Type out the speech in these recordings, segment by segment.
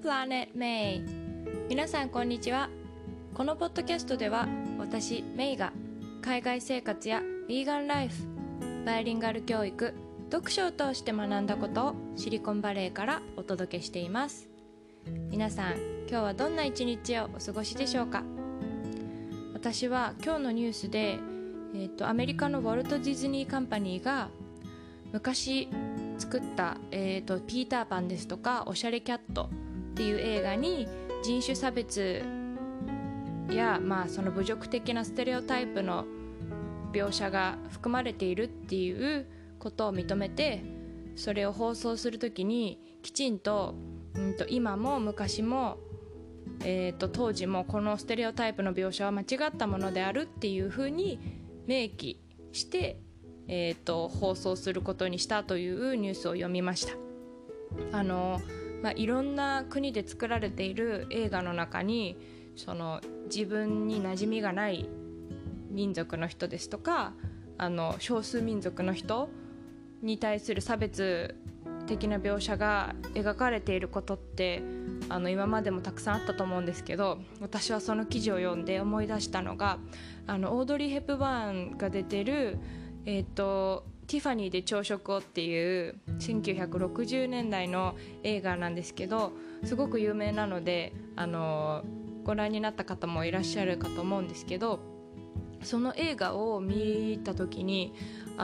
Planet May。 皆さんこんにちは。このポッドキャストでは私メイが海外生活やヴィーガンライフ、バイリンガル教育、読書を通して学んだことをシリコンバレーからお届けしています。皆さん今日はどんな一日をお過ごしでしょうか。私は今日のニュースで、アメリカのウォルト・ディズニーカンパニーが昔作った、ピーターパンですとかおしゃれキャットっていう映画に人種差別や、その侮辱的なステレオタイプの描写が含まれているっていうことを認めて、それを放送するときにきちんと、今も昔も、当時もこのステレオタイプの描写は間違ったものであるっていうふうに明記して、放送することにしたというニュースを読みました。いろんな国で作られている映画の中にその自分に馴染みがない民族の人ですとか少数民族の人に対する差別的な描写が描かれていることって今までもたくさんあったと思うんですけど、私はその記事を読んで思い出したのがオードリー・ヘップバーンが出てるティファニーで朝食をっていう1960年代の映画なんですけど、すごく有名なのでご覧になった方もいらっしゃるかと思うんですけど、その映画を見た時に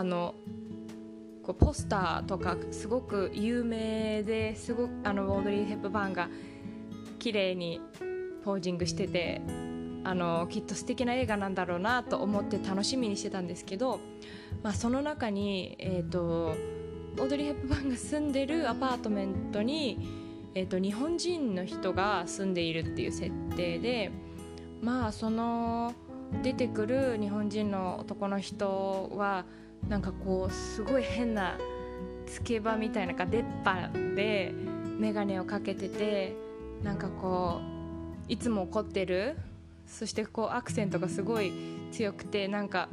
ポスターとかすごく有名で、すごくオードリー・ヘップバーンが綺麗にポージングしててきっと素敵な映画なんだろうなと思って楽しみにしてたんですけど、その中に、オードリー・ヘップバーンが住んでるアパートメントに、日本人の人が住んでいるっていう設定で、その出てくる日本人の男の人はなんかこうすごい変なつけ歯みたいな出っ歯で眼鏡をかけてて、なんかこういつも怒ってる、そしてこうアクセントがすごい強くて、なんか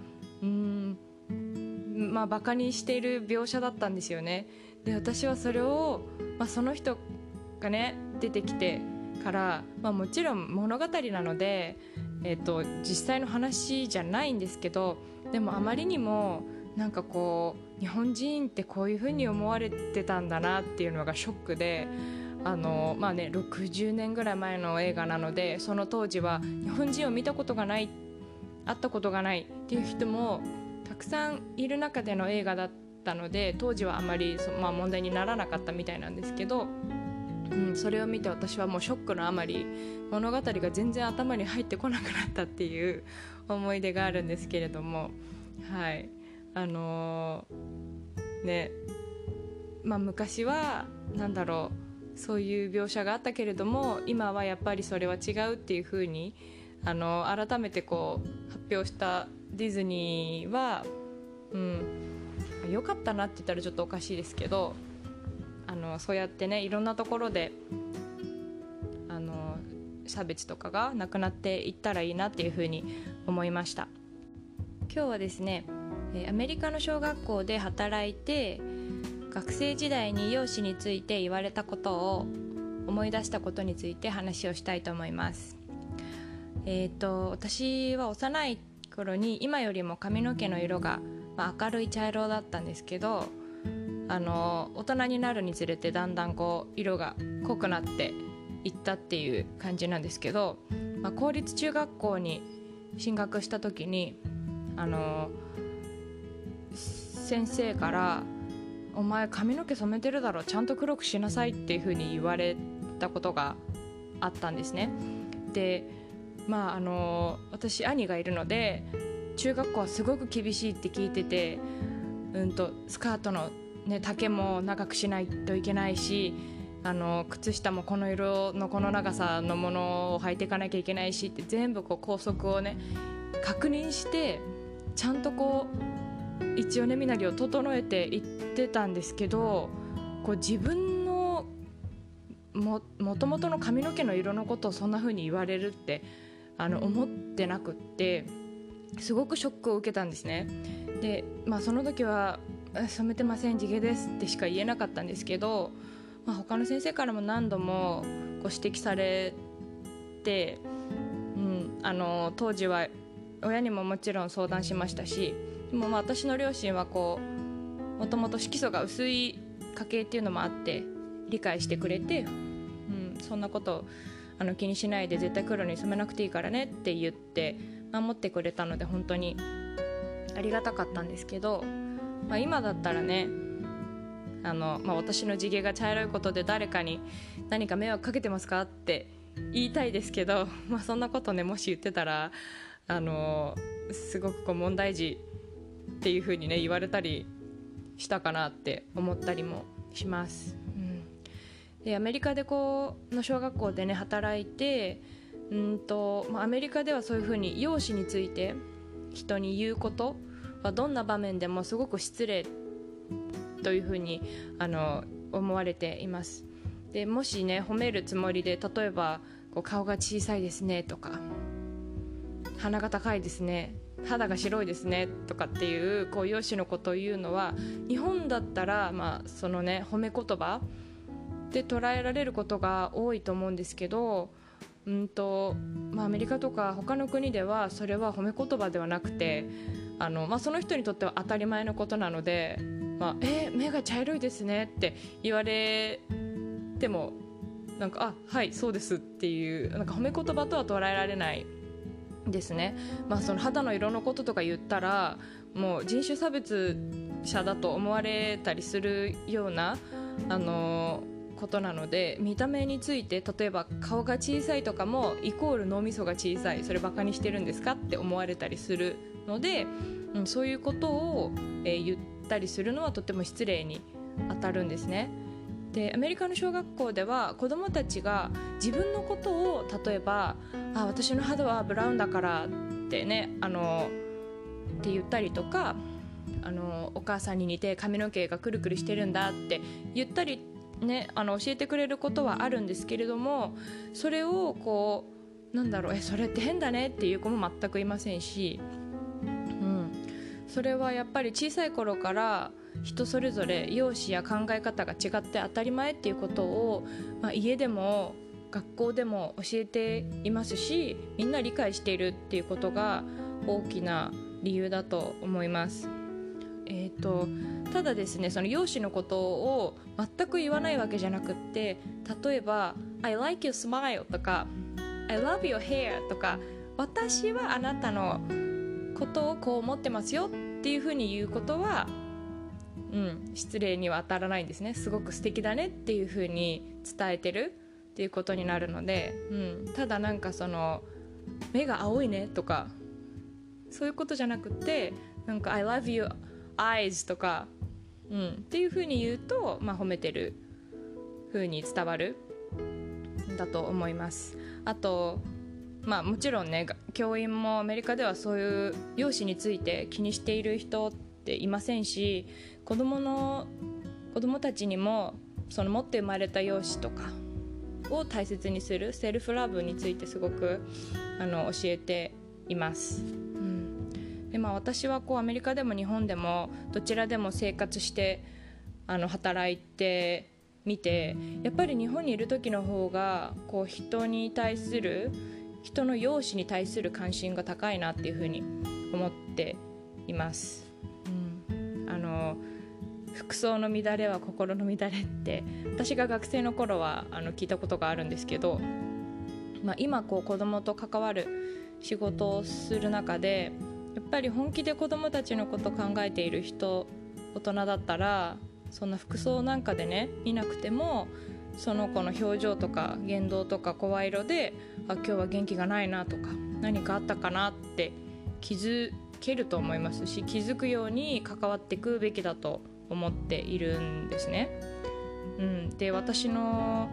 バカにしている描写だったんですよね。で私はそれを、その人がね出てきてから、もちろん物語なので、実際の話じゃないんですけど、でもあまりにもなんかこう日本人ってこういう風に思われてたんだなっていうのがショックで、60年ぐらい前の映画なので、その当時は日本人を見たことがない、会ったことがないっていう人もたくさんいる中での映画だったので、当時はあまり問題にならなかったみたいなんですけど、それを見て私はもうショックのあまり物語が全然頭に入ってこなくなったっていう思い出があるんですけれども、はい昔はそういう描写があったけれども、今はやっぱりそれは違うっていう風に改めてこう発表したディズニーは、良かったなって言ったらちょっとおかしいですけど、そうやってねいろんなところで差別とかがなくなっていったらいいなっていう風に思いました。今日はですねアメリカの小学校で働いて、学生時代に容姿について言われたことを思い出したことについて話をしたいと思います。私は幼い頃に今よりも髪の毛の色が、明るい茶色だったんですけど、大人になるにつれてだんだんこう色が濃くなっていったっていう感じなんですけど、公立中学校に進学した時に先生からお前髪の毛染めてるだろ、ちゃんと黒くしなさいっていう風に言われたことがあったんですね。で私兄がいるので中学校はすごく厳しいって聞いてて、スカートの、丈も長くしないといけないし、靴下もこの色のこの長さのものを履いていかなきゃいけないしって、全部こう校則をね確認してちゃんとこう一応ね身なりを整えていってたんですけど、こう自分のもともとの髪の毛の色のことをそんな風に言われるって思ってなくって、すごくショックを受けたんですね。で、その時は染めてません、地毛ですってしか言えなかったんですけど、他の先生からも何度も指摘されて、当時は親にももちろん相談しましたし、でも私の両親はもともと色素が薄い家系っていうのもあって理解してくれて、そんなこと気にしないで絶対黒に染めなくていいからねって言って守ってくれたので本当にありがたかったんですけど、今だったらね私の地毛が茶色いことで誰かに何か迷惑かけてますかって言いたいですけど、そんなことねもし言ってたらすごく問題児っていう風にね言われたりしたかなって思ったりもします。でアメリカでの小学校でね働いてアメリカではそういう風に容姿について人に言うことはどんな場面でもすごく失礼という風に思われています。でもしね褒めるつもりで例えば顔が小さいですねとか鼻が高いですね、肌が白いですねとかっていう容姿のことを言うのは日本だったらそのね褒め言葉で捉えられることが多いと思うんですけど、アメリカとか他の国ではそれは褒め言葉ではなくてその人にとっては当たり前のことなので、目が茶色いですねって言われてもはいそうですっていう褒め言葉とは捉えられないですね。その肌の色のこととか言ったらもう人種差別者だと思われたりするようなことなので、見た目について例えば顔が小さいとかもイコール脳みそが小さい、それバカにしてるんですかって思われたりするので、そういうことを、言ったりするのはとても失礼に当たるんですね。でアメリカの小学校では子どもたちが自分のことを例えば私の肌はブラウンだからってねって言ったりとかお母さんに似て髪の毛がくるくるしてるんだって言ったりね教えてくれることはあるんですけれども、それをそれって変だねっていう子も全くいませんし、それはやっぱり小さい頃から人それぞれ容姿や考え方が違って当たり前っていうことを、家でも学校でも教えていますし、みんな理解しているっていうことが大きな理由だと思います。ただですね、その容姿のことを全く言わないわけじゃなくって、例えば I like your smile とか I love your hair とか、私はあなたのことをこう思ってますよっていうふうに言うことは失礼には当たらないんですね。すごく素敵だねっていう風に伝えてるっていうことになるので、ただ目が青いねとかそういうことじゃなくてI love you eyes とか、っていう風に言うと、褒めてる風に伝わるんだと思います。あともちろんね教員もアメリカではそういう容姿について気にしている人っていませんし、子供たちにも持って生まれた容姿とかを大切にするセルフラブについてすごく教えています。で私はアメリカでも日本でもどちらでも生活して働いてみて、やっぱり日本にいる時の方が人に対する人の容姿に対する関心が高いなっていうふうに思っています。服装の乱れは心の乱れって私が学生の頃は聞いたことがあるんですけど、今子供と関わる仕事をする中でやっぱり本気で子供たちのことを考えている大人だったらそんな服装なんかでね見なくてもその子の表情とか言動とか声色で今日は元気がないなとか何かあったかなって気づけると思いますし、気づくように関わっていくべきだと思っているんですね。で私の、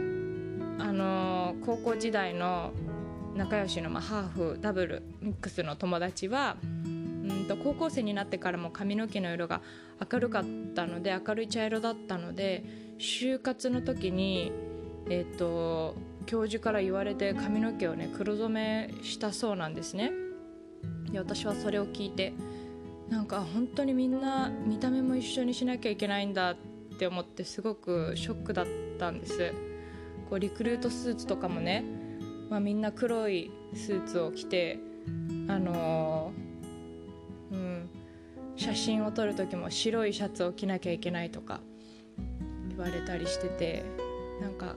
高校時代の仲良しの、ハーフダブルミックスの友達は高校生になってからも髪の毛の色が明るかったので明るい茶色だったので就活の時に、教授から言われて髪の毛をね黒染めしたそうなんですね。で私はそれを聞いて本当にみんな見た目も一緒にしなきゃいけないんだって思ってすごくショックだったんです。 こうリクルートスーツとかもね、みんな黒いスーツを着て、写真を撮る時も白いシャツを着なきゃいけないとか言われたりしてて、なんか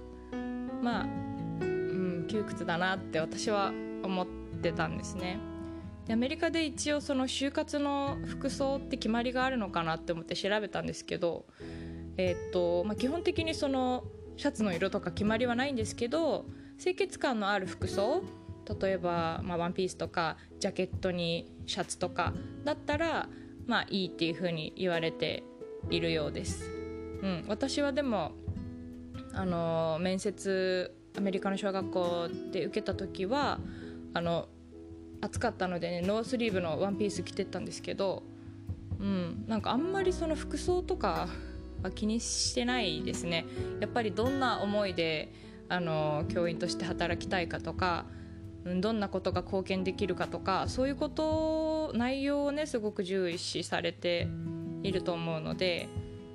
窮屈だなって私は思ってたんですね。でアメリカで一応その就活の服装って決まりがあるのかなって思って調べたんですけど、基本的にそのシャツの色とか決まりはないんですけど、清潔感のある服装、例えば、ワンピースとかジャケットにシャツとかだったらいいっていう風に言われているようです。私はでも面接アメリカの小学校で受けた時は暑かったのでね、ノースリーブのワンピース着てったんですけど、なんかあんまりその服装とかは気にしてないですね。やっぱりどんな思いで教員として働きたいかとか、どんなことが貢献できるかとか、そういうこと内容をねすごく重視されていると思うので、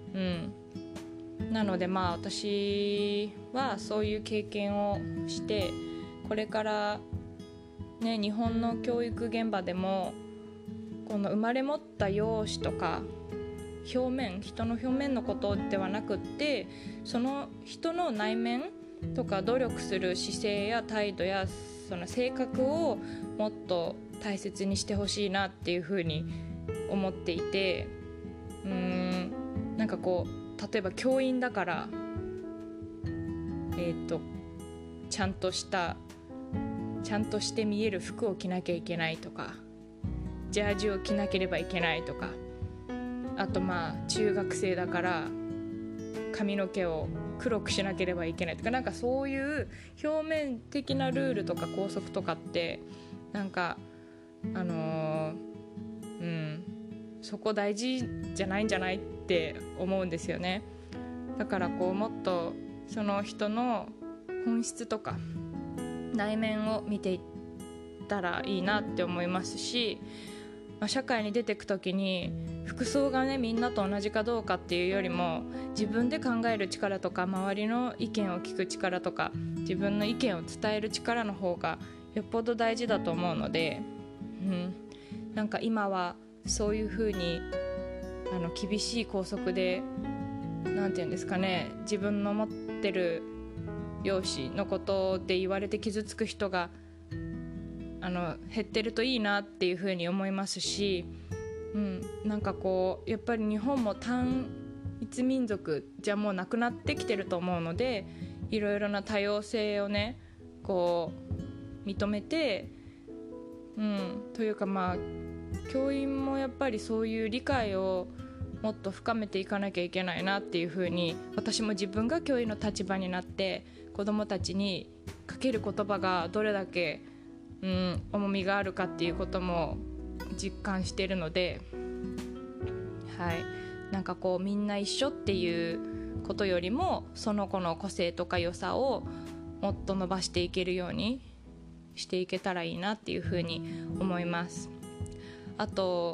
なので私はそういう経験をして、これからね日本の教育現場でもこの生まれ持った容姿とか人の表面のことではなくって、その人の内面とか努力する姿勢や態度やその性格をもっと大切にしてほしいなっていうふうに思っていて、なんかこう例えば教員だからちゃんとして見える服を着なきゃいけないとか、ジャージを着なければいけないとか、あと中学生だから髪の毛を黒くしなければいけないとか、なんかそういう表面的なルールとか校則とかってなんかそこ大事じゃないんじゃないって思うんですよね。だからもっとその人の本質とか内面を見ていったらいいなって思いますし、社会に出てくときに服装がねみんなと同じかどうかっていうよりも、自分で考える力とか周りの意見を聞く力とか自分の意見を伝える力の方がよっぽど大事だと思うので、なんか今はそういう風に厳しい校則でなんていうんですかね、自分の持ってる容姿のことで言われて傷つく人が減ってるといいなっていうふうに思いますし、なんかやっぱり日本も単一民族じゃもうなくなってきてると思うので、いろいろな多様性をね認めて、というか教員もやっぱりそういう理解をもっと深めていかなきゃいけないなっていうふうに、私も自分が教員の立場になって子どもたちにかける言葉がどれだけ重みがあるかっていうことも実感しているので、なんかみんな一緒っていうことよりも、その子の個性とか良さをもっと伸ばしていけるようにしていけたらいいなっていうふうに思います。あと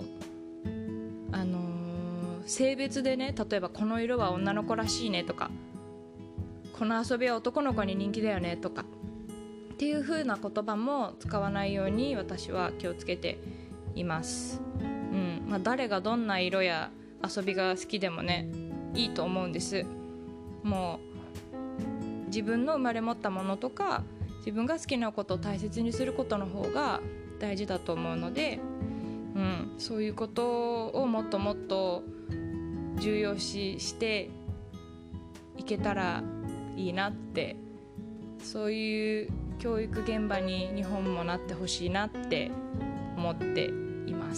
性別でね、例えばこの色は女の子らしいねとか、この遊びは男の子に人気だよねとかっていう風な言葉も使わないように私は気をつけています。誰がどんな色や遊びが好きでもねいいと思うんです。もう自分の生まれ持ったものとか自分が好きなことを大切にすることの方が大事だと思うので、そういうことをもっともっと重要視していけたらいいなって、そういう教育現場に日本もなってほしいなって思っています。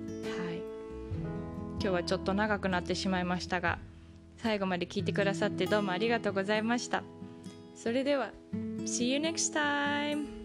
今日はちょっと長くなってしまいましたが、最後まで聞いてくださってどうもありがとうございました。それでは See you next time!